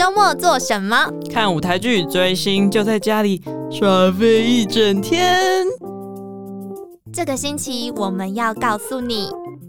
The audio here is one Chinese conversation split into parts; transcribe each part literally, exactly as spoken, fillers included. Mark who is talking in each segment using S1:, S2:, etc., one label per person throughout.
S1: 周末做什么？
S2: 看舞台剧、追星，就在家里耍废一整天。
S1: 这个星期我们要告诉你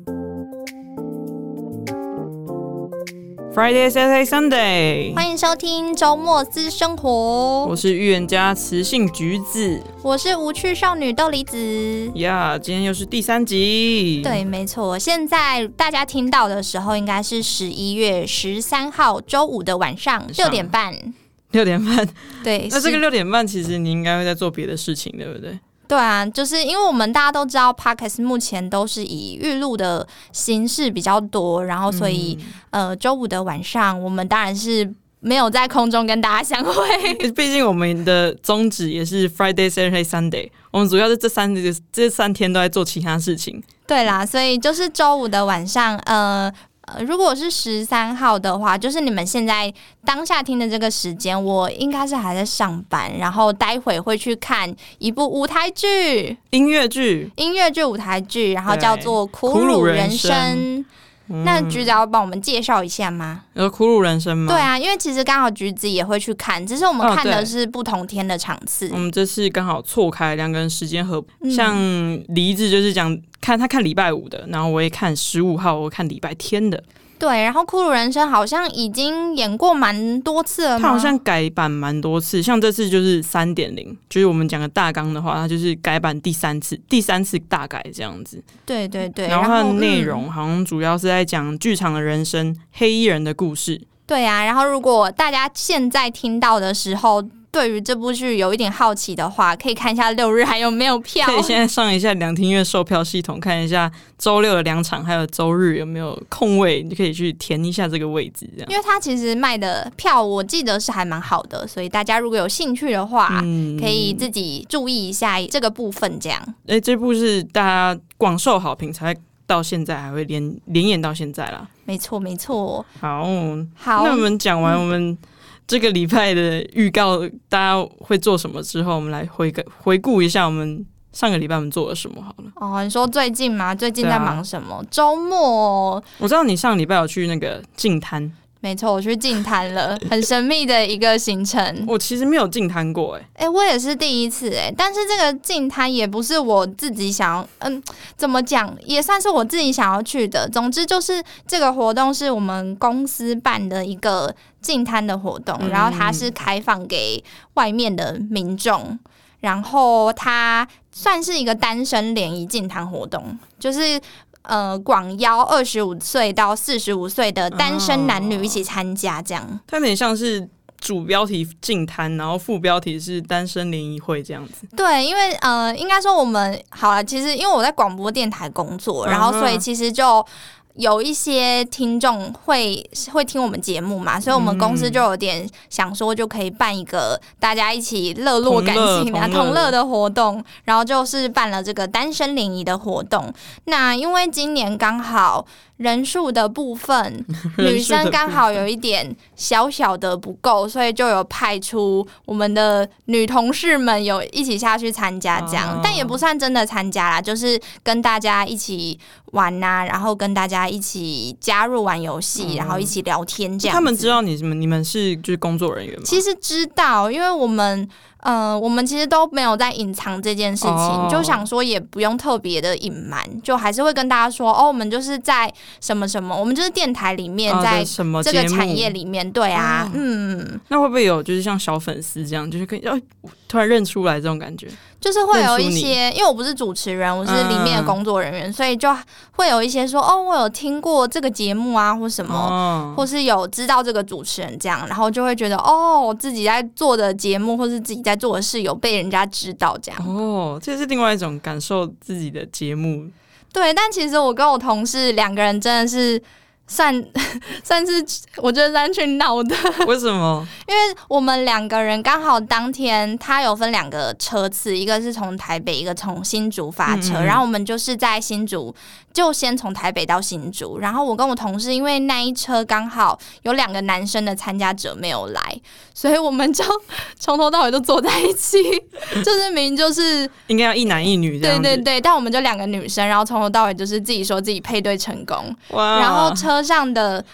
S2: Friday, Saturday, Sunday。
S1: 欢迎收听周末私生活，
S2: 我是预言家雌性橘子，
S1: 我是无趣少女豆梨子
S2: 呀。Yeah, 今天又是第三集。
S1: 对，没错。现在大家听到的时候，应该是十一月十三号周五的晚上六点半。
S2: 六点半，
S1: 对。
S2: 那这个六点半，其实你应该会在做别的事情，对不对？
S1: 对啊，就是因为我们大家都知道 Podcast 目前都是以预录的形式比较多，然后所以、嗯、呃周五的晚上我们当然是没有在空中跟大家相会。
S2: 毕竟我们的宗旨也是 Friday, Saturday, Sunday， 我们主要是这三这三天都在做其他事情。
S1: 对啦，所以就是周五的晚上，呃。呃，如果是十三号的话，就是你们现在当下听的这个时间，我应该是还在上班，然后待会会去看一部舞台剧、
S2: 音乐剧、
S1: 音乐剧舞台剧，然后叫做《苦鲁人生》。嗯、那橘子要帮我们介绍一下吗？
S2: 有苦鲁人生吗？
S1: 对啊，因为其实刚好橘子也会去看，只是我们看的是不同天的场次。
S2: 哦、我们这次刚好错开，两个人时间合、嗯。像梨子就是讲看他看礼拜五的，然后我也看十五号，我看礼拜天的。
S1: 对，然后苦鲁人生好像已经演过蛮多次了吗？
S2: 他好像改版蛮多次，像这次就是 三点零， 就是我们讲的大纲的话，它就是改版第三次，第三次大改这样子。
S1: 对对对，
S2: 然后它的内容好像主要是在讲剧场的人生、黑衣人的故事。
S1: 对啊，然后如果大家现在听到的时候，对于这部剧有一点好奇的话，可以看一下六日还有没有票。
S2: 可以现在上一下两厅院售票系统，看一下周六的两场还有周日有没有空位，你就可以去填一下这个位置这样。
S1: 因为它其实卖的票我记得是还蛮好的，所以大家如果有兴趣的话、嗯、可以自己注意一下这个部分这样。
S2: 欸、这部是大家广受好评才到现在还会连连演到现在啦。
S1: 没错没错。
S2: 好
S1: 好，
S2: 那我们讲完我们这个礼拜的预告，大家会做什么之后，我们来回回顾一下我们上个礼拜我们做了什么好了。
S1: 哦，你说最近吗？最近在忙什么？周、啊、末
S2: 我知道你上礼拜有去那个净滩。
S1: 没错，我去净滩了，很神秘的一个行程。
S2: 我其实没有净滩过、欸，哎，
S1: 哎，我也是第一次、欸，哎，但是这个净滩也不是我自己想要，嗯，怎么讲，也算是我自己想要去的。总之就是这个活动是我们公司办的一个净滩的活动，然后它是开放给外面的民众，然后它算是一个单身联谊净滩活动，就是。呃，广邀二十五岁到四十五岁的单身男女一起参加，这样、哦。
S2: 它有点像是主标题净滩，然后副标题是单身联谊会这样子。
S1: 对，因为呃，应该说我们好了，其实因为我在广播电台工作，然后所以其实就。有一些听众会会听我们节目嘛，所以我们公司就有点想说，就可以办一个大家一起热络感情的同乐的活动，然后就是办了这个单身联谊的活动。那因为今年刚好人数的部分，女生刚好有一点小小的不够，所以就有派出我们的女同事们有一起下去参加这样，但也不算真的参加啦，就是跟大家一起玩啊，然后跟大家一起加入玩游戏、嗯，然后一起聊天这样子。
S2: 他们知道你们你们是就是工作人员吗？
S1: 其实知道，因为我们呃我们其实都没有在隐藏这件事情、哦，就想说也不用特别的隐瞒，就还是会跟大家说哦，我们就是在什么什么，我们就是电台里面，在这个产业里面，对啊，哦、嗯。
S2: 那会不会有就是像小粉丝这样，就是可以哦突然认出来这种感觉？
S1: 就是会有一些，因为我不是主持人，我是里面的工作人员、嗯，所以就会有一些说，哦，我有听过这个节目啊，或什么、哦，或是有知道这个主持人这样，然后就会觉得，哦，自己在做的节目或是自己在做的事有被人家知道这样。
S2: 哦，这是另外一种感受自己的节目。
S1: 对，但其实我跟我同事两个人真的是。算算是我觉得算群闹的。
S2: 为什么？
S1: 因为我们两个人刚好当天他有分两个车次，一个是从台北，一个从新竹发车、嗯、然后我们就是在新竹就先从台北到新竹，然后我跟我同事因为那一车刚好有两个男生的参加者没有来，所以我们就从头到尾都坐在一起就是明明就是应
S2: 该要一男一女这样子，
S1: 对对对，但我们就两个女生，然后从头到尾就是自己说自己配对成功，然后车车上的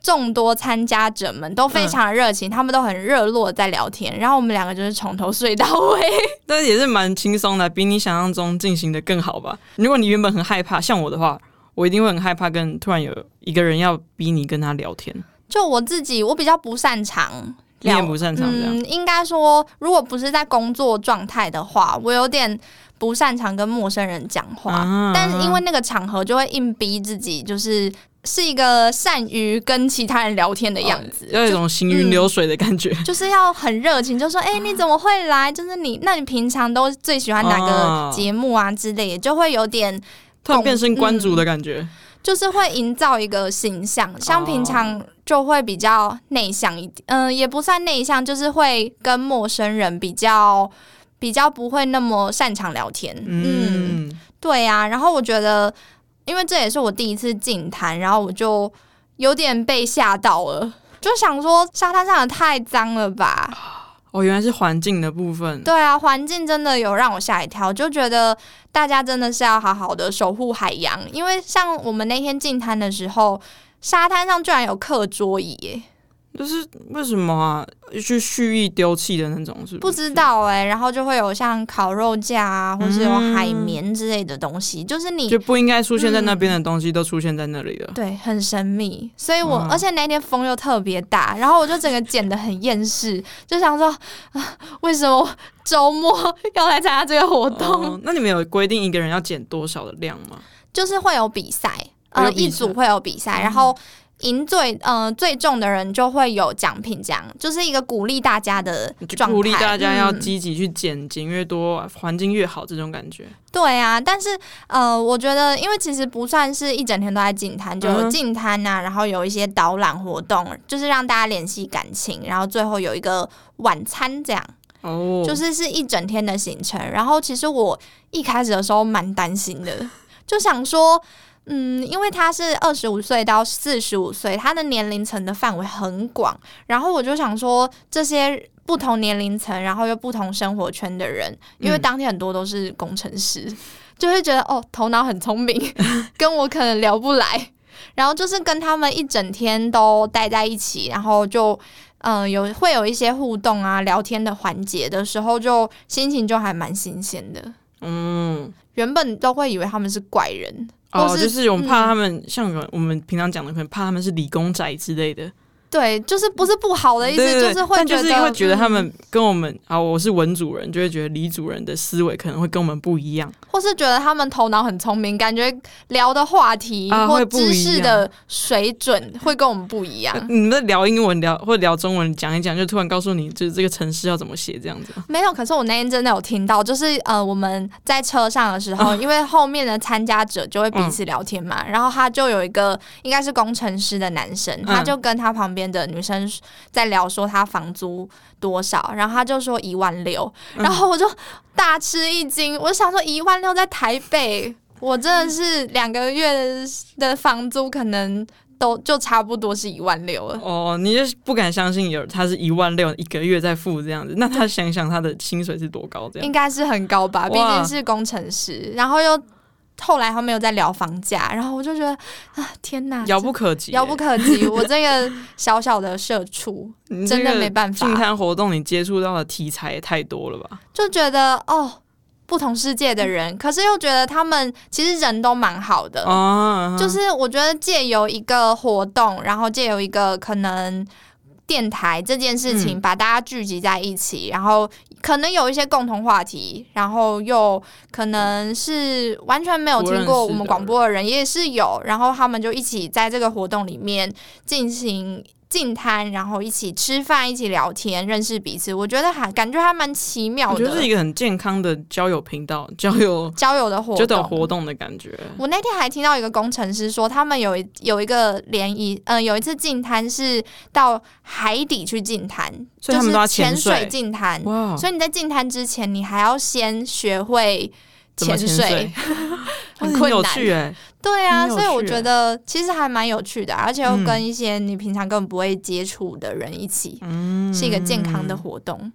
S1: 众多参加者们都非常的热情、嗯、他们都很热络在聊天，然后我们两个就是从头睡到尾，
S2: 但是也是蛮轻松的，比你想象中进行的更好吧。如果你原本很害怕，像我的话，我一定会很害怕跟突然有一个人要逼你跟他聊天。
S1: 就我自己，我比较不擅长，
S2: 你也不擅长这样、
S1: 嗯、应该说如果不是在工作状态的话，我有点不擅长跟陌生人讲话、啊、但是因为那个场合就会硬逼自己，就是是一个善于跟其他人聊天的样子，
S2: 要、哦、有一种行云流水的感觉、
S1: 嗯、就是要很热情，就说哎、欸，你怎么会来，就是你那你平常都最喜欢哪个节目啊之类的，就会有点
S2: 突然变成关主的感觉、
S1: 嗯，就是会营造一个形象，像平常就会比较内向一点，嗯、呃，也不算内向，就是会跟陌生人比较比较不会那么擅长聊天。嗯，嗯对啊。然后我觉得，因为这也是我第一次进滩，然后我就有点被吓到了，就想说沙滩上也太脏了吧。
S2: 哦，原来是环境的部分。
S1: 对啊，环境真的有让我吓一跳，就觉得大家真的是要好好的守护海洋，因为像我们那天进滩的时候，沙滩上居然有课桌椅耶。
S2: 就是为什么啊？去蓄意丢弃的那种是不是？
S1: 不知道哎、欸，然后就会有像烤肉架啊，或是有海绵之类的东西，嗯、就是你
S2: 就不应该出现在那边的东西都出现在那里了。
S1: 嗯、对，很神秘。所以我而且那天风又特别大，然后我就整个剪得很厌世，就想说啊，为什么周末要来参加这个活动？
S2: 哦、那你们有规定一个人要剪多少的量吗？
S1: 就是会有比赛，呃，一组会有比赛，然后。赢最呃最重的人就会有奖品，这样就是一个鼓励大家的状态，
S2: 鼓励大家要积极去捡，捡、嗯、越多环境越好，这种感觉。
S1: 对啊，但是呃，我觉得因为其实不算是一整天都在净滩，就有净滩啊、嗯，然后有一些导览活动，就是让大家联系感情，然后最后有一个晚餐这样。哦，就是是一整天的行程。然后其实我一开始的时候蛮担心的，就想说。嗯，因为他是二十五岁到四十五岁，他的年龄层的范围很广，然后我就想说这些不同年龄层，然后又不同生活圈的人，因为当天很多都是工程师，嗯、就会觉得哦，头脑很聪明，跟我可能聊不来，然后就是跟他们一整天都待在一起，然后就嗯、呃、有会有一些互动啊、聊天的环节的时候，就心情就还蛮新鲜的。嗯，原本都会以为他们是怪人。
S2: 哦，就是我们怕他们、嗯、像我们平常讲的，可能怕他们是理工宅之类的。
S1: 对，就是不是不好的意思，
S2: 对对对，
S1: 就是会觉得，
S2: 但就是会觉得他们跟我们、嗯、啊，我是文主人，就会觉得理主人的思维可能会跟我们不一样，
S1: 或是觉得他们头脑很聪明，感觉聊的话题或知识的水准会跟我们不一样。
S2: 啊、你们在聊英文聊或聊中文讲一讲，就突然告诉你，就是这个程式要怎么写这样子。
S1: 没有，可是我那天真的有听到，就是呃我们在车上的时候，啊、因为后面的参加者就会彼此聊天嘛，嗯、然后他就有一个应该是工程师的男生，他就跟他旁边的女生在聊说他房租多少，然后他就说一万六，然后我就大吃一惊，我想说一万六在台北，我真的是两个月的房租可能都就差不多是一万六了。
S2: 哦，你就不敢相信有他是一万六一个月在付这样子，那他想想他的薪水是多高？这样应
S1: 该是很高吧，毕竟是工程师，然后又。后来他们有在聊房价，然后我就觉得啊，天哪，
S2: 遥不可及，
S1: 遥不可及！我这个小小的社畜，真的没办法。
S2: 净滩活动你接触到的题材也太多了吧？
S1: 就觉得哦，不同世界的人，可是又觉得他们其实人都蛮好的。哦，就是我觉得借由一个活动，然后借由一个可能。电台这件事情把大家聚集在一起，嗯、然后可能有一些共同话题，然后又可能是完全没有听过我们广播的人也是有，然后他们就一起在这个活动里面进行净滩，然后一起吃饭，一起聊天，认识彼此。我觉得还感觉还蛮奇妙的。
S2: 我觉得是一个很健康的交友频道，交友
S1: 交友的活动，
S2: 就等活动的感觉。
S1: 我那天还听到一个工程师说，他们有一有一个联谊，嗯、呃，有一次净滩是到海底去净滩，
S2: 所以他们都要
S1: 潜水净滩。哇！所以你在净滩之前，你还要先学会潜水，很困难，很有
S2: 趣欸。
S1: 对啊，所以我觉得其实还蛮有趣的，而且又跟一些你平常根本不会接触的人一起，嗯、是一个健康的活动。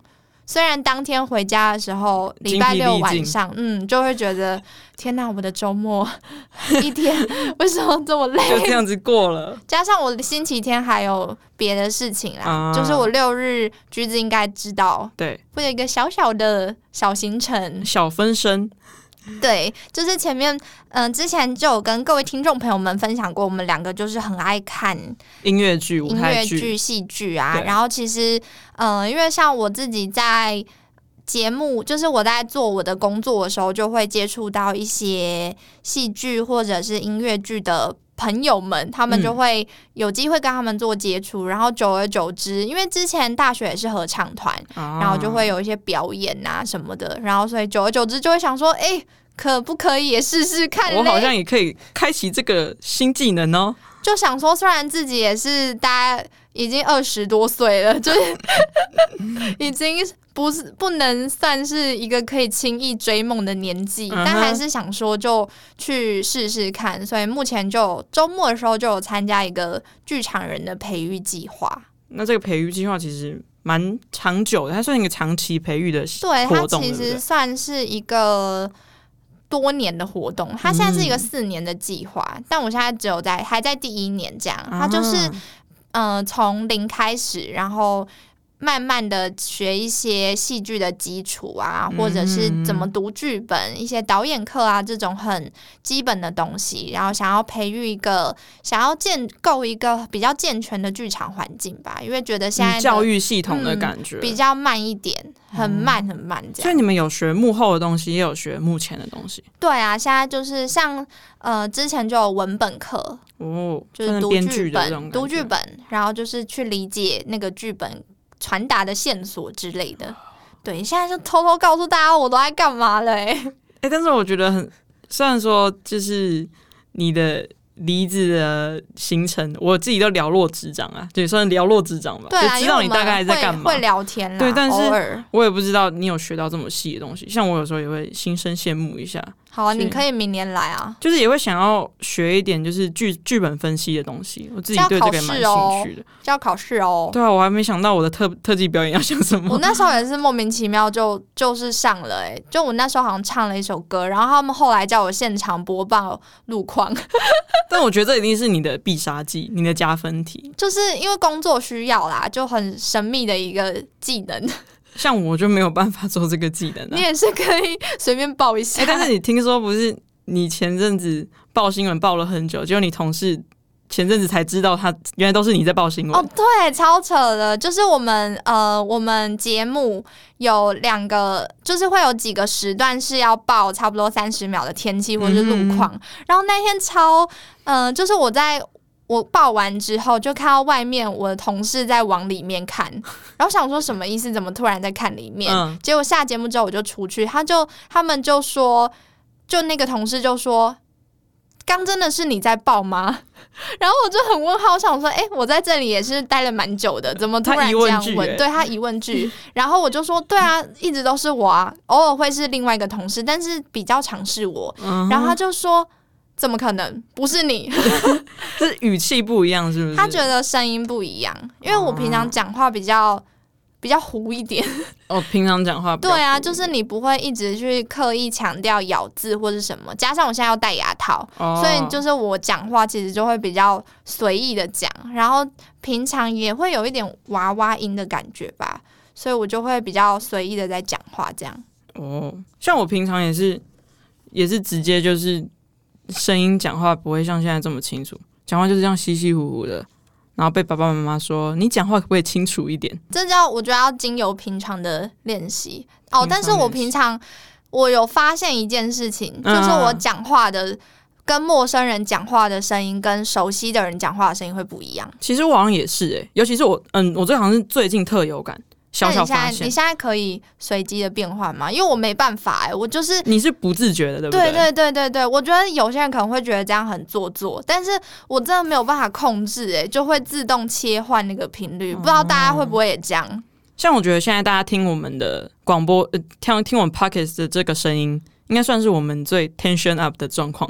S1: 虽然当天回家的时候，礼拜六晚上，嗯，就会觉得天哪，我的周末一天为什么这么累？
S2: 就这样子过了。
S1: 加上我星期天还有别的事情啦，啊、就是我六日橘子应该知道，
S2: 对，
S1: 会有一个小小的小行程，
S2: 小分身。
S1: 对，就是前面嗯、呃，之前就有跟各位听众朋友们分享过，我们两个就是很爱看
S2: 音乐剧、舞台剧、
S1: 音乐剧、戏剧啊。然后其实嗯、呃，因为像我自己在节目，就是我在做我的工作的时候，就会接触到一些戏剧或者是音乐剧的朋友们，他们就会有机会跟他们做接触、嗯、然后久而久之，因为之前大学也是合唱团、啊、然后就会有一些表演啊什么的，然后所以久而久之就会想说，哎、欸，可不可以也试试看？
S2: 我好像也可以开启这个新技能哦。
S1: 就想说，虽然自己也是大概已经二十多岁了，就是已经不是不能算是一个可以轻易追梦的年纪、嗯，但还是想说就去试试看。所以目前就周末的时候就有参加一个剧场人的培育计划。
S2: 那这个培育计划其实蛮长久的，它算一个长期培育的活
S1: 动，对，它
S2: 对
S1: 其实算是一个多年的活动，它现在是一个四年的计划、嗯，但我现在只有在还在第一年这样，它就是呃从零开始，然后慢慢的学一些戏剧的基础啊，或者是怎么读剧本、嗯、一些导演课啊这种很基本的东西，然后想要培育一个想要建构一个比较健全的剧场环境吧，因为觉得现在、嗯、
S2: 教育系统的感觉、
S1: 嗯、比较慢一点，很慢很慢这样、嗯、
S2: 所以你们有学幕后的东西，也有学幕前的东西。
S1: 对啊，现在就是像呃之前就有文本课
S2: 哦，
S1: 就是读剧本读剧本，然后就是去理解那个剧本传达的线索之类的。对，现在就偷偷告诉大家我都在干嘛了。欸
S2: 欸，但是我觉得很，虽然说就是你的离子的行程我自己都了若指掌啊，对，算了若指掌吧。
S1: 对啊，
S2: 就知道你大概在干嘛，
S1: 会聊天啦。
S2: 对，但是我也不知道你有学到这么细的东西，像我有时候也会心生羡慕一下。
S1: 好啊，你可以明年来啊。就是
S2: 也会想要学一点就是剧剧本分析的东西，我自己对这个也蛮兴趣的。
S1: 就要考试哦。
S2: 对啊，我还没想到我的特特技表演要想什么。
S1: 我那时候也是莫名其妙就就是上了哎、欸，就我那时候好像唱了一首歌，然后他们后来叫我现场播报路况。
S2: 但我觉得这一定是你的必杀技，你的加分题，
S1: 就是因为工作需要啦，就很神秘的一个技能。
S2: 像我就没有办法做这个技能、啊、
S1: 你也是可以随便报一下、
S2: 欸、但是你听说不是你前阵子报新闻报了很久，结果你同事前阵子才知道他原来都是你在报新闻。
S1: 哦，对，超扯的，就是我们呃我们节目有两个，就是会有几个时段是要报差不多三十秒的天气或者是路况、嗯、然后那天超呃就是我在我报完之后就看到外面我的同事在往里面看，然后想说什么意思，怎么突然在看里面、嗯、结果下节目之后我就出去，他就他们就说，就那个同事就说刚真的是你在报吗？然后我就很问号，想说哎、欸，我在这里也是待了蛮久的，怎么突然这样问？对，他疑问句。然后我就说对啊，一直都是我啊，偶尔会是另外一个同事，但是比较常是我、嗯、然后他就说怎么可能不是你？
S2: 是语气不一样是不是？
S1: 他觉得声音不一样，因为我平常讲话比较比较糊一点。
S2: 哦，平常讲话比较
S1: 对啊，就是你不会一直去刻意强调咬字或是什么，加上我现在要戴牙套、哦、所以就是我讲话其实就会比较随意的讲，然后平常也会有一点娃娃音的感觉吧，所以我就会比较随意的在讲话这样。
S2: 哦，像我平常也是也是直接就是声音讲话不会像现在这么清楚，讲话就是这样稀稀糊糊的，然后被爸爸妈妈说你讲话可不可以清楚一点，
S1: 这叫我觉得要经由平常的练习哦。但是我平常我有发现一件事情、嗯、就是我讲话的跟陌生人讲话的声音跟熟悉的人讲话的声音会不一样。
S2: 其实我好像也是耶，尤其是我嗯，我这好像是最近特有感，小小发现。
S1: 你现在可以随机的变换吗？因为我没办法哎，我就是
S2: 你是不自觉的，对不对？
S1: 对对对对对，我觉得有些人可能会觉得这样很做作，但是我真的没有办法控制哎，就会自动切换那个频率、嗯。不知道大家会不会也这样？
S2: 像我觉得现在大家听我们的广播，呃，听听我们 podcast 的这个声音，应该算是我们最 tension up 的状况。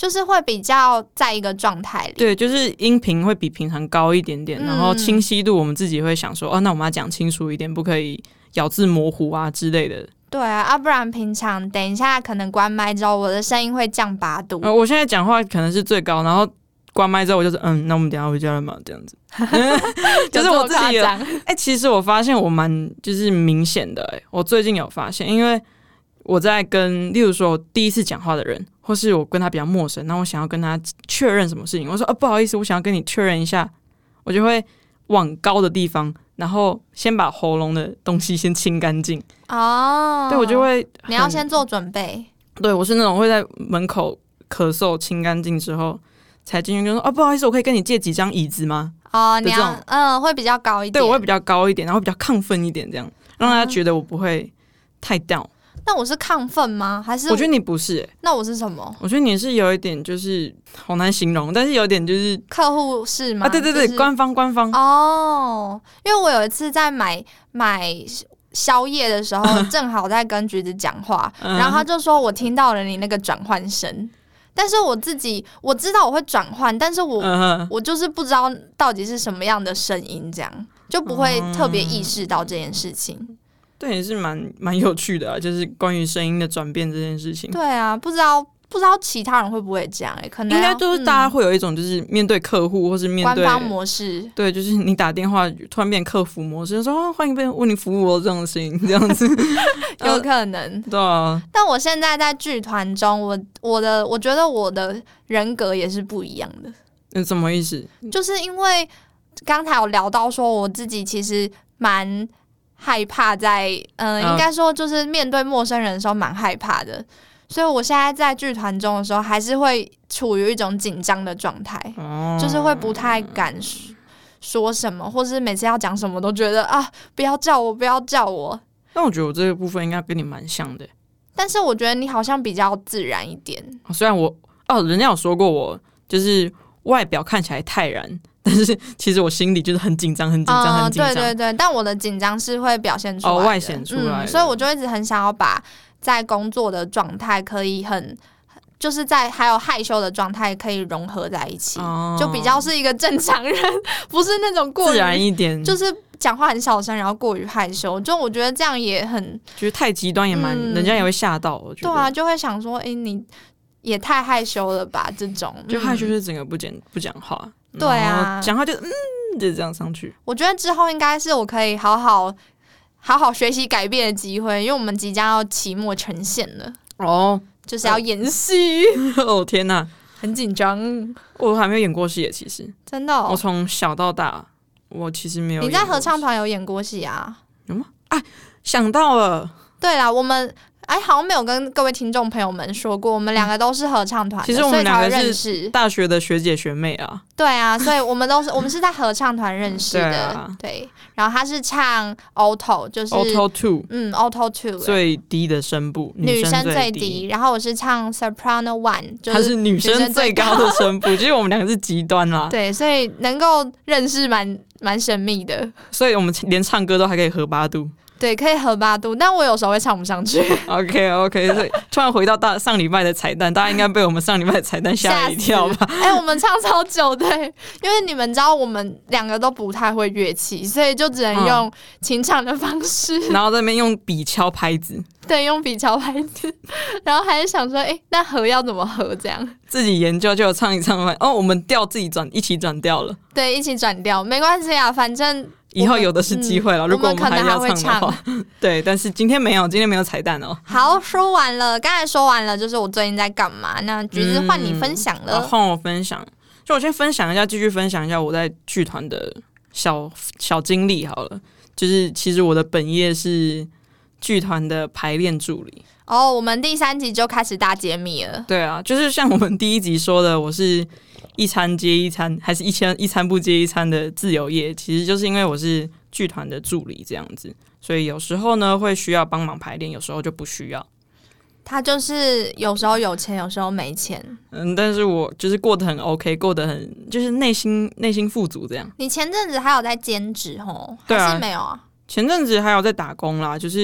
S1: 就是会比较在一个状态里。
S2: 对，就是音频会比平常高一点点，
S1: 嗯、
S2: 然后清晰度我们自己会想说，哦，那我们要讲清楚一点，不可以咬字模糊啊之类的。
S1: 对啊，啊不然平常等一下可能关麦之后，我的声音会降八度。
S2: 呃，我现在讲话可能是最高，然后关麦之后我就是嗯，那我们等一下回家了嘛，这样子。就是我自己哎、欸，其实我发现我蛮就是明显的哎、欸，我最近有发现，因为我在跟例如说我第一次讲话的人，或是我跟他比较陌生，那我想要跟他确认什么事情，我说啊不好意思，我想要跟你确认一下，我就会往高的地方，然后先把喉咙的东西先清干净。哦，对，我就会
S1: 你要先做准备。
S2: 对，我是那种会在门口咳嗽清干净之后才进去，就说啊不好意思，我可以跟你借几张椅子吗？
S1: 哦，你要嗯会比较高一点。
S2: 对，我会比较高一点，然后比较亢奋一点，这样让大家觉得我不会太 down。
S1: 那我是亢奋吗？还是
S2: 我觉得你不是、欸？
S1: 那我是什么？
S2: 我觉得你是有一点就是好难形容，但是有点就是
S1: 客户是吗？
S2: 啊，对对对，
S1: 就是、
S2: 官方官方
S1: 哦。因为我有一次在买买宵夜的时候，正好在跟橘子讲话，
S2: 嗯、
S1: 然后他就说我听到了你那个转换声。但是我自己我知道我会转换，但是我、嗯、我就是不知道到底是什么样的声音，这样就不会特别意识到这件事情。嗯、
S2: 对，也是蛮蛮有趣的啊，就是关于声音的转变这件事情。
S1: 对啊，不知道不知道其他人会不会这样、欸、可能
S2: 应该就是大家会有一种就是面对客户、嗯、或是面对
S1: 官方模式，
S2: 对，就是你打电话突然变客服模式，说、哦、欢迎为你服务哦这种声音这样子，
S1: 有可能。
S2: 对啊，
S1: 但我现在在剧团中，我我的我觉得我的人格也是不一样的。
S2: 那什么意思？
S1: 就是因为刚才有聊到说，我自己其实蛮害怕在，嗯、呃，应该说就是面对陌生人的时候蛮害怕的。所以我现在在剧团中的时候，还是会处于一种紧张的状态、哦，就是会不太敢说什么，或是每次要讲什么都觉得啊，不要叫我，不要叫我。
S2: 但我觉得我这个部分应该跟你蛮像的，
S1: 但是我觉得你好像比较自然一点。
S2: 虽然我哦，人家有说过我就是外表看起来泰然，但是其实我心里就是很紧张，很紧张，很紧张。
S1: 对对对，但我的紧张是会表现出来的，
S2: 哦，外显出来的、
S1: 嗯，所以我就一直很想要把在工作的状态可以很，就是在还有害羞的状态可以融合在一起、哦，就比较是一个正常人，不是那种过于
S2: 自然一点，
S1: 就是讲话很小声，然后过于害羞。就我觉得这样也很，
S2: 觉得太极端也蛮、嗯，人家也会吓到。我觉得对
S1: 啊，就会想说，哎、欸，你也太害羞了吧？这种
S2: 就害羞，就是整个不讲不讲话，
S1: 对啊，
S2: 讲话就嗯，就这样上去。
S1: 我觉得之后应该是我可以好好。好好学习改变的机会，因为我们即将要期末呈现了哦，就是要演戏。
S2: 哦天哪，
S1: 很紧张。
S2: 我还没有演过戏耶，其实
S1: 真的、哦。
S2: 我从小到大，我其实没有演过戏。
S1: 你在合唱团有演过戏啊？
S2: 有吗？哎，想到了。
S1: 对啦，我们哎好像没有跟各位听众朋友们说过，我们两个都是合唱团的，
S2: 其实我们两个
S1: 是
S2: 大学的学姐学妹啊。
S1: 对啊，所以我们都是我们是在合唱团认识的。对,、啊、对，然后他是唱 alto， 就是
S2: alto two，
S1: 嗯 alto two
S2: 最低的声部，
S1: 女生
S2: 最
S1: 低。低然后我是唱 soprano one， 就是
S2: 她是女生最高的声部，其实我们两个是极端啦。
S1: 对，所以能够认识蛮蛮神秘的。
S2: 所以我们连唱歌都还可以合八度。
S1: 对，可以合八度，但我有时候会唱不上去。
S2: OK OK， 所以突然回到大上礼拜的彩蛋，大家应该被我们上礼拜的彩蛋吓一跳吧？
S1: 哎、欸，我们唱超久的，因为你们知道我们两个都不太会乐器，所以就只能用清唱的方式，
S2: 嗯、然后在那边用笔敲拍子。
S1: 对，用笔敲拍子，然后还是想说，哎、欸，那合要怎么合？这样
S2: 自己研究就唱一唱哦，我们调自己转，一起转调了。
S1: 对，一起转调，没关系啊，反正
S2: 以后有的是机会了、嗯。如果我们还要唱的话，对，但是今天没有，今天没有彩蛋哦。
S1: 好，说完了，刚才说完了，就是我最近在干嘛？那橘子换你分享了，
S2: 换、嗯、我分享，就我先分享一下，继续分享一下我在剧团的小小经历好了。就是其实我的本业是剧团的排练助理。
S1: 哦，我们第三集就开始大揭秘了。
S2: 对啊，就是像我们第一集说的，我是一餐接一餐，还是一餐一餐不接一餐的自由业，其实就是因为我是剧团的助理这样子，所以有时候呢会需要帮忙排练，有时候就不需要。
S1: 他就是有时候有钱，有时候没钱。
S2: 嗯，但是我就是过得很 OK， 过得很就是内心内心富足这样。
S1: 你前阵子还有在兼职吼？
S2: 对啊，
S1: 还是没有啊？
S2: 前阵子还有在打工啦，就是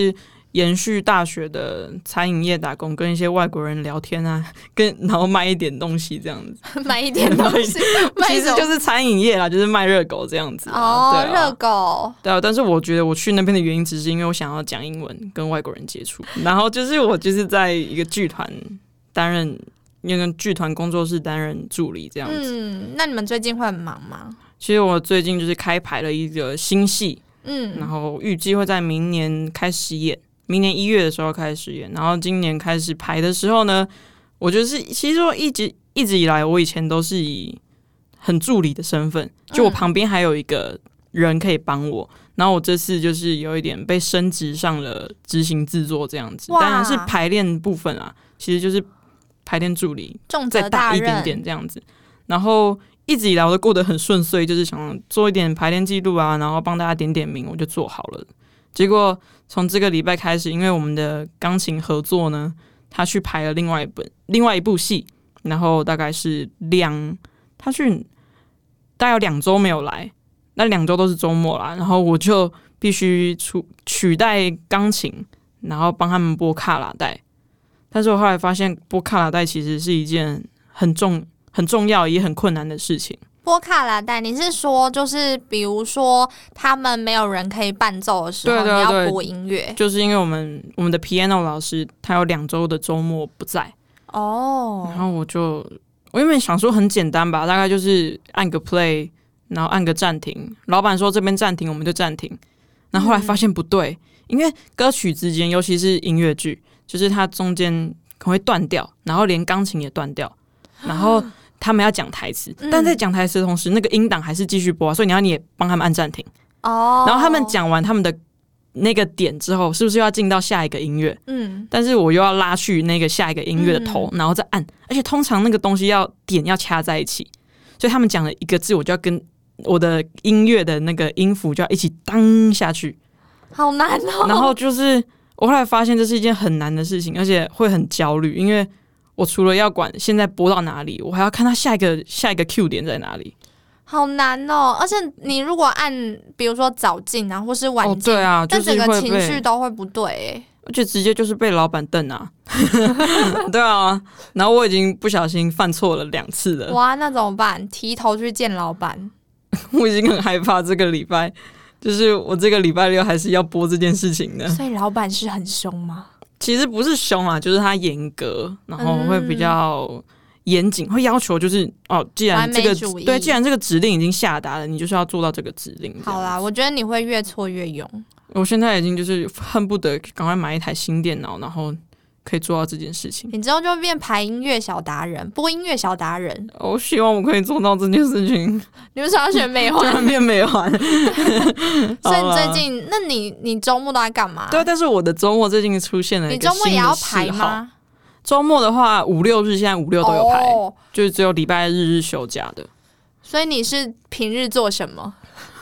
S2: 延续大学的餐饮业打工，跟一些外国人聊天啊，跟然后卖一点东西这样子，
S1: 买一点东西，
S2: 其实就是餐饮业啦，就是卖热狗这样子、啊。
S1: 哦，热、啊、狗。
S2: 对啊，但是我觉得我去那边的原因，只是因为我想要讲英文，跟外国人接触。然后就是我就是在一个剧团担任那个剧团工作室担任助理这样子。
S1: 嗯，那你们最近会很忙吗？
S2: 其实我最近就是开排了一个新戏，嗯，然后预计会在明年开始演。明年一月的时候开始演，然后今年开始排的时候呢，我觉得是其实我一直一直以来，我以前都是以很助理的身份，就我旁边还有一个人可以帮我，嗯、然后我这次就是有一点被升职上了执行制作这样子，当然是排练部分啊，其实就是排练助理，再大一点点这样子，然后一直以来我都过得很顺遂，就是想做一点排练记录啊，然后帮大家点点名，我就做好了。结果从这个礼拜开始，因为我们的钢琴合作呢，他去排了另外一本另外一部戏，然后大概是两他去大概有两周没有来，那两周都是周末啦，然后我就必须出取代钢琴，然后帮他们播卡拉带。但是我后来发现播卡拉带其实是一件很重很重要也很困难的事情。
S1: 播卡拉带，你是说就是比如说他们没有人可以伴奏的时候，对对对，你要播音乐，
S2: 就是因为我们我们的 piano 老师他有两周的周末不在哦，然后我就我原本想说很简单吧，大概就是按个 play， 然后按个暂停，老板说这边暂停我们就暂停，然后后来发现不对，嗯、因为歌曲之间尤其是音乐剧，就是它中间可能会断掉，然后连钢琴也断掉，然后他们要讲台词，但在讲台词的同时，那个音档还是继续播、啊，所以你要你也帮他们按暂停。哦。然后他们讲完他们的那个点之后，是不是要进到下一个音乐？嗯。但是我又要拉去那个下一个音乐的头，嗯、然后再按，而且通常那个东西要点要掐在一起，所以他们讲了一个字，我就要跟我的音乐的那个音符就要一起当下去，
S1: 好难哦。
S2: 然后就是我后来发现这是一件很难的事情，而且会很焦虑，因为我除了要管现在播到哪里，我还要看他下一个下一个 Q 点在哪里，
S1: 好难哦！而且你如果按，比如说早进啊，或是晚进，
S2: 哦、对啊，
S1: 但、就是、整个情绪都会不对欸，
S2: 而且直接就是被老板瞪啊，对啊，然后我已经不小心犯错了两次了，
S1: 哇，那怎么办？提头去见老板？
S2: 我已经很害怕这个礼拜，就是我这个礼拜六还是要播这件事情的，
S1: 所以老板是很凶吗？
S2: 其实不是凶啊，就是他严格，然后会比较严谨，会要求就是哦，既然这个对，既然这个指令已经下达了，你就是要做到这个指令。
S1: 好啦，我觉得你会越挫越勇。
S2: 我现在已经就是恨不得赶快买一台新电脑，然后可以做到这件事情。
S1: 你之后就会变排音乐小达人，播音乐小达人。
S2: 我希望我可以做到这件事情。
S1: 你为什么要选美环？
S2: 变美环。
S1: 所以你最近，那你你周末都在干嘛？
S2: 对，但是我的周末最近出现了一个新的嗜好。你周末也要排吗？周末的话，五六日现在五六都有排，哦、就是只有礼拜日日休假的。
S1: 所以你是平日做什么？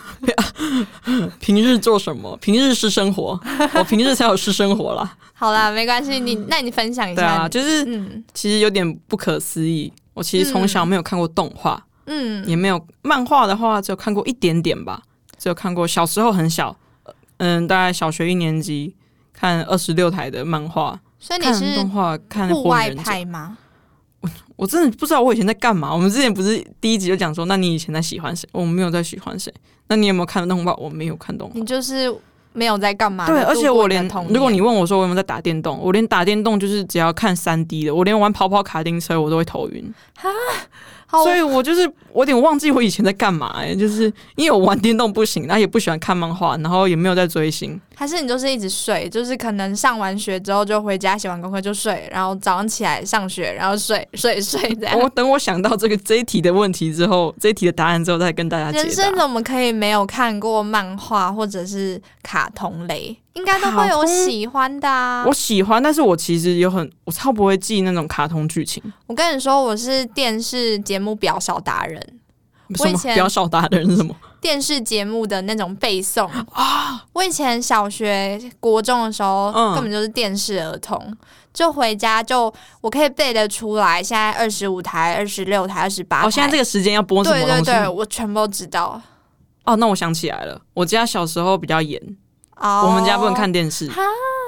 S2: 平日做什么？平日是生活，我平日才有是生活啦。
S1: 好啦，没关系，你那你分享一下。
S2: 对啊，就是、嗯、其实有点不可思议。我其实从小没有看过动画，嗯，也没有漫画的话，只有看过一点点吧，只有看过小时候很小，嗯，大概小学一年级看二十六台的漫画。
S1: 所以你是
S2: 动画看
S1: 户外派吗？
S2: 我我真的不知道我以前在干嘛。我们之前不是第一集就讲说，那你以前在喜欢谁？我没有在喜欢谁。那你有没有看动画？我没有看动画。
S1: 你就是没有在干嘛？
S2: 对，而且我连如果你问我说我有没有在打电动，我连打电动就是只要看三 D 的，我连玩跑跑卡丁车我都会头晕。哈，所以我就是我有点忘记我以前在干嘛哎、欸，就是因为我玩电动不行，然后也不喜欢看漫画，然后也没有在追星。
S1: 还是你就是一直睡，就是可能上完学之后就回家写完功课就睡，然后早上起来上学，然后睡睡睡这样。
S2: 我等我想到这个这一题的问题之后，这一题的答案之后再跟大家解答。
S1: 人生怎么可以没有看过漫画或者是卡通类？应该都会有喜欢的啊。
S2: 我喜欢，但是我其实有很我超不会记那种卡通剧情。
S1: 我跟你说，我是电视节目表小达人。
S2: 什么表小达人是什么？
S1: 电视节目的那种背诵啊！我以前小学、国中的时候，嗯、根本就是电视儿童，就回家就我可以背得出来。现在二十五台、二十六台、二十八台，
S2: 哦，现在这个时间要播什么东西？
S1: 对对对，我全部都知道。
S2: 哦，那我想起来了，我家小时候比较严，哦、我们家不能看电视。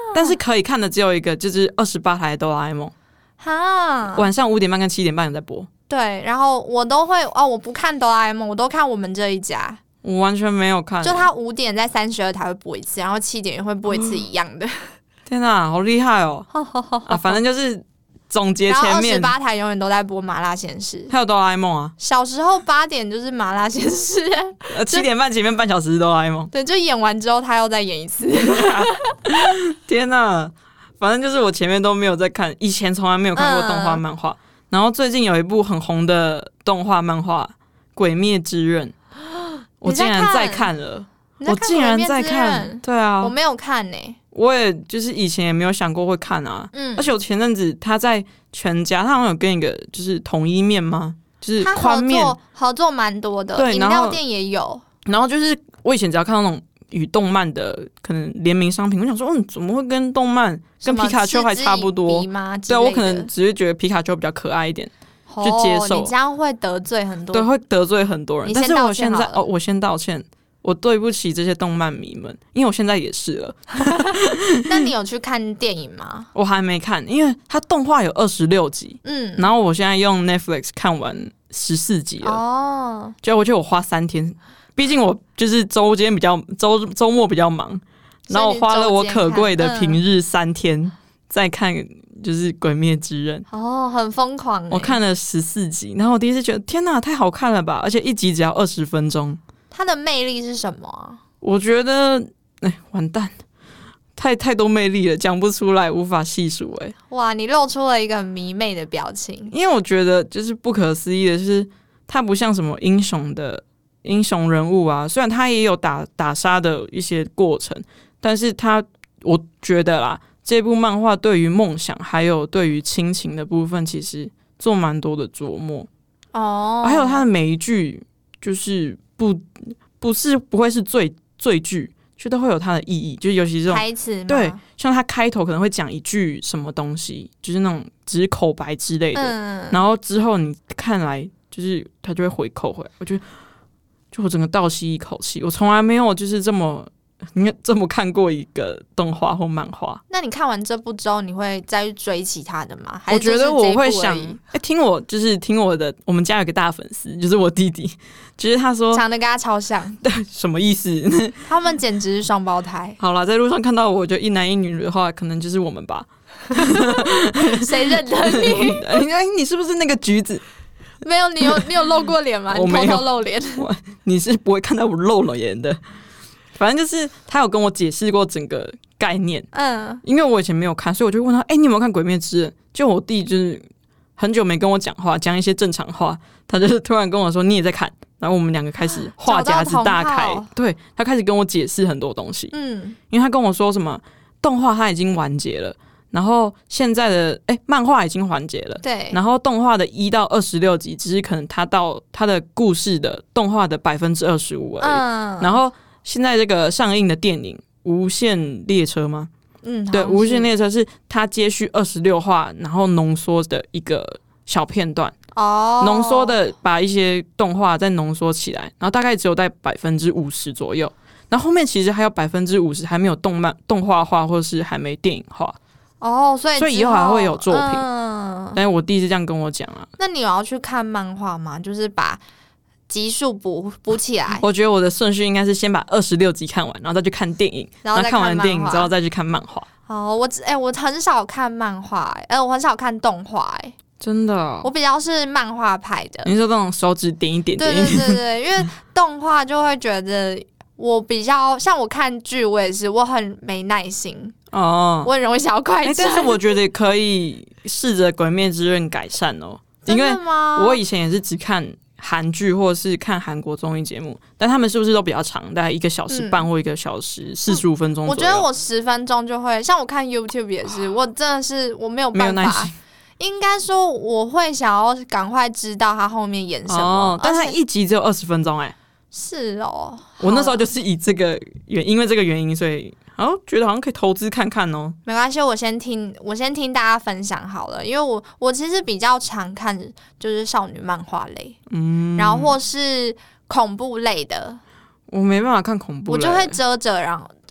S2: 但是可以看的只有一个，就是二十八台哆啦 A 梦，
S1: 哈，
S2: 晚上五点半跟七点半有在播。
S1: 对，然后我都会哦，我不看哆啦 A 梦，我都看我们这一家。
S2: 我完全没有看，
S1: 就他五点在三十二台会播一次，然后七点也会播一次一样的。
S2: 天哪，好厉害哦！啊，反正就是总结前面，然后二
S1: 十八台永远都在播麻辣鲜师，
S2: 还有哆啦 A 梦啊。
S1: 小时候八点就是麻辣鲜师，
S2: 呃，七点半前面半小时是哆啦 A 梦。
S1: 对，就演完之后他又再演一次。
S2: 天哪，反正就是我前面都没有在看，以前从来没有看过动画漫画。嗯，然后最近有一部很红的动画漫画《鬼灭之刃》，我竟然在看了，我竟然在看，对啊，
S1: 我没有看呢、欸，
S2: 我也就是以前也没有想过会看啊，嗯，而且我前阵子他在全家，他好像有跟一个就是统一面吗？就是宽面
S1: 合作蛮多的，对，饮料店也有，
S2: 然后就是我以前只要看到那种与动漫的可能联名商品，我想说，嗯，怎么会跟动漫跟皮卡丘还差不多？对啊，我可能只是觉得皮卡丘比较可爱一点，
S1: 哦，
S2: 就接受。
S1: 你这样会得罪很多，
S2: 对，会得罪很多人。但是我现在哦，我先道歉，我对不起这些动漫迷们，因为我现在也是了。
S1: 那你有去看电影吗？
S2: 我还没看，因为它动画有二十六集，嗯，然后我现在用 Netflix 看完十四集了，哦，就我觉得我花三天。毕竟我就是周间比较周周末比较忙，然后我花了我可贵的平日三天在看，就是《鬼灭之刃》
S1: 哦，很疯狂、欸。
S2: 我看了十四集，然后我第一次觉得天哪，太好看了吧！而且一集只要二十分钟。
S1: 它的魅力是什么啊？
S2: 我觉得，哎，完蛋，太太多魅力了，讲不出来，无法细数。哎，
S1: 哇，你露出了一个很迷妹的表情。
S2: 因为我觉得，就是不可思议的是，它不像什么英雄的。英雄人物啊，虽然他也有打打杀的一些过程，但是他我觉得啦，这部漫画对于梦想还有对于亲情的部分，其实做蛮多的琢磨哦。还有他的每一句，就是不不是不会是罪罪句，就都会有它的意义，就尤其是这种
S1: 台词，
S2: 对，像他开头可能会讲一句什么东西，就是那种只是口白之类的，嗯、然后之后你看来就是他就会回扣回来，我觉得。就我整个倒吸一口气，我从来没有就是这么应该这么看过一个动画或漫画。
S1: 那你看完这部之后，你会再去追其他的吗？还
S2: 是我觉得我会想，哎、欸，听我就是听我的，我们家有个大粉丝，就是我弟弟，就是他说
S1: 长得跟他超像，
S2: 对，什么意思？
S1: 他们简直是双胞胎。
S2: 好啦，在路上看到我就一男一女的话，可能就是我们吧。
S1: 谁认得你？
S2: 哎，你是不是那个橘子？
S1: 没有，你有你有露过脸吗？
S2: 我没有
S1: 偷偷露脸，
S2: 你是不会看到我露了脸的。反正就是他有跟我解释过整个概念，嗯，因为我以前没有看，所以我就问他，哎、欸，你有没有看《鬼灭之刃》？就我弟就是很久没跟我讲话，讲一些正常话，他就是突然跟我说你也在看，然后我们两个开始话匣子大开，对，他开始跟我解释很多东西，嗯，因为他跟我说什么动画他已经完结了。然后现在的哎，漫画已经完结了，
S1: 对。
S2: 然后动画的一到二十六集，只是可能它到它的故事的动画的百分之二十五而已。嗯。然后现在这个上映的电影《无限列车》吗？嗯，对，《无限列车》是它接续二十六话，然后浓缩的一个小片段。哦。浓缩的把一些动画再浓缩起来，然后大概只有在百分之五十左右。然后后面其实还有百分之五十还没有动漫动画化，或是还没电影化。
S1: 哦，所以
S2: 所以以后还会有作品，嗯、但是我弟是这样跟我讲啊。
S1: 那你有要去看漫画吗？就是把集数补补起来。
S2: 我觉得我的顺序应该是先把二十六集看完，然后再去看电影，
S1: 然后
S2: 再看完电影之后再去看漫画。
S1: 哦，我哎、欸，我很少看漫画、欸，哎、呃，我很少看动画、欸，哎，
S2: 真的、哦，
S1: 我比较是漫画派的。
S2: 你说那种手指点一点点，
S1: 对对对对，因为动画就会觉得。我比较像我看剧，我也是，我很没耐心哦，我很容易想要快转、欸。
S2: 但是我觉得可以试着《鬼灭之刃》改善哦，
S1: 因为
S2: 我以前也是只看韩剧或是看韩国综艺节目，但他们是不是都比较长，大概一个小时半或一个小时四十五分钟左右？
S1: 我觉得我十分钟就会，像我看 YouTube 也是，我真的是我没有办法。应该说我会想要赶快知道他后面演什么，
S2: 哦、但他一集只有二十分钟哎、欸。
S1: 是哦，
S2: 我那时候就是以这个原因为这个原因，所以然后觉得好像可以投资看看哦。
S1: 没关系，我先听，我先听大家分享好了，因为我我其实比较常看就是少女漫画类，嗯，然后或是恐怖类的。
S2: 我没办法看恐怖类，
S1: 我就会遮着，然后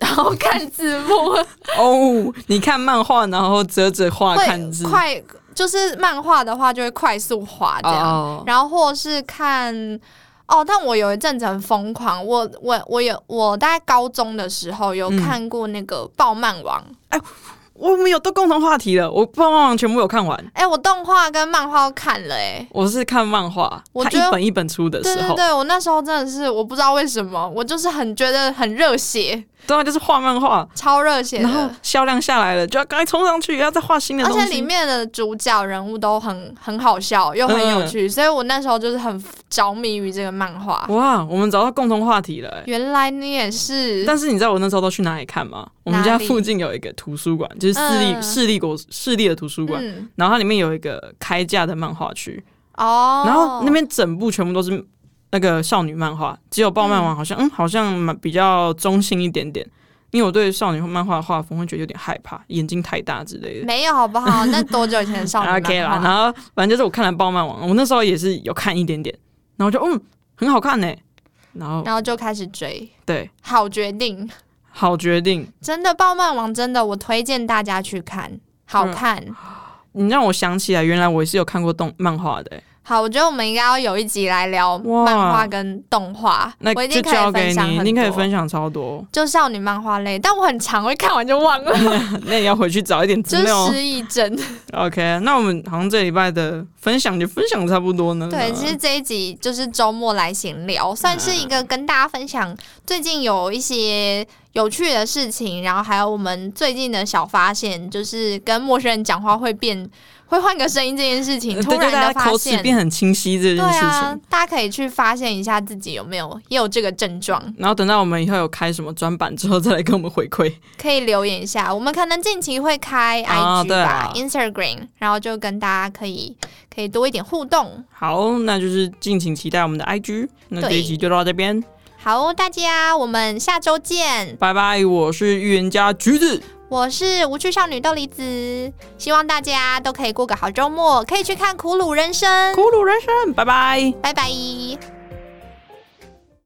S1: 后看字幕。
S2: 哦，你看漫画，然后折着画看字，
S1: 快就是漫画的话就会快速滑这样，哦、然后或是看哦。但我有一阵子很疯狂，我我我有我大概高中的时候有看过那个《爆漫王》
S2: 哎、嗯。我们有都共同话题了，我爆漫王全部有看完。
S1: 哎、欸，我动画跟漫画都看了、欸，哎，
S2: 我是看漫画，我它一本一本出的时候，
S1: 对对对，我那时候真的是我不知道为什么，我就是很觉得很热血。
S2: 对啊，就是画漫画，
S1: 超热血的，
S2: 然后销量下来了，就要赶快冲上去，要再画新的东西。
S1: 而且里面的主角人物都很很好笑，又很有趣，嗯、所以我那时候就是很着迷于这个漫画。
S2: 哇，我们找到共同话题了、欸！
S1: 原来你也是。
S2: 但是你知道我那时候都去哪里看吗？我们家附近有一个图书馆，就是私立、嗯、私立国私立的图书馆、嗯，然后它里面有一个开架的漫画区哦，然后那边整部全部都是那个少女漫画，只有爆漫王好像嗯, 嗯好像比较中性一点点。因为我对少女漫画的画风会觉得有点害怕，眼睛太大之类的。
S1: 没有好不好？那多久以前的少女漫画
S2: ？OK 啦，然后反正就是我看了爆漫王，我那时候也是有看一点点，然后就嗯很好看呢、欸，然后
S1: 然后就开始追。
S2: 对，
S1: 好决定，
S2: 好决定，
S1: 真的爆漫王真的我推荐大家去看，好看。嗯、
S2: 你让我想起来，原来我也是有看过动漫画的、欸。
S1: 好，我觉得我们应该要有一集来聊漫画跟动画，
S2: 那
S1: 我一定可以
S2: 交给
S1: 分享很多，
S2: 你，一定可以分享超多，
S1: 就少女漫画类，但我很常会看完就忘了，
S2: 那你要回去找一点资料，
S1: 就失忆症。
S2: OK， 那我们好像这礼拜的分享就分享差不多呢。
S1: 对，其实这一集就是周末来闲聊，算是一个跟大家分享最近有一些有趣的事情，然后还有我们最近的小发现，就是跟陌生人讲话会变。会换个声音这件事情，突然的发现，
S2: 对，大家口齿变很清晰这件事情，对啊，
S1: 大家可以去发现一下自己有没有也有这个症状。
S2: 然后等到我们以后有开什么专版之后，再来跟我们回馈，
S1: 可以留言一下。我们可能近期会开 I G 吧、啊、Instagram， 然后就跟大家可以可以多一点互动。
S2: 好，那就是敬请期待我们的 I G。那这一集就到这边。
S1: 好，大家，我们下周见，
S2: 拜拜。我是预言家橘子。
S1: 我是无趣少女豆梨子，希望大家都可以过个好周末，可以去看《苦鲁人生》。
S2: 苦鲁人生，拜拜，
S1: 拜拜。